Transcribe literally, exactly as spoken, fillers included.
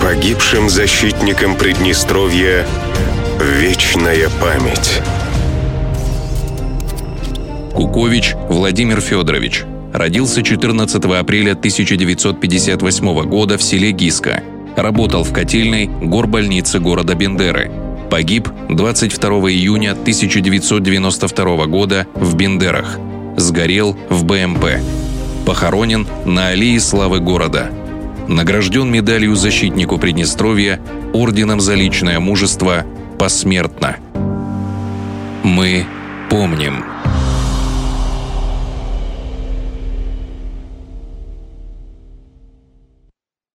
Погибшим защитникам Приднестровья вечная память. Кукович Владимир Федорович. Родился четырнадцатого апреля тысяча девятьсот пятьдесят восьмого года в селе Гиска. Работал в котельной горбольницы города Бендеры. Погиб двадцать второго июня тысяча девятьсот девяносто второго года в Бендерах. Сгорел в БМП. Похоронен на Аллее славы города. Награжден медалью защитнику Приднестровья, орденом за личное мужество посмертно. Мы помним.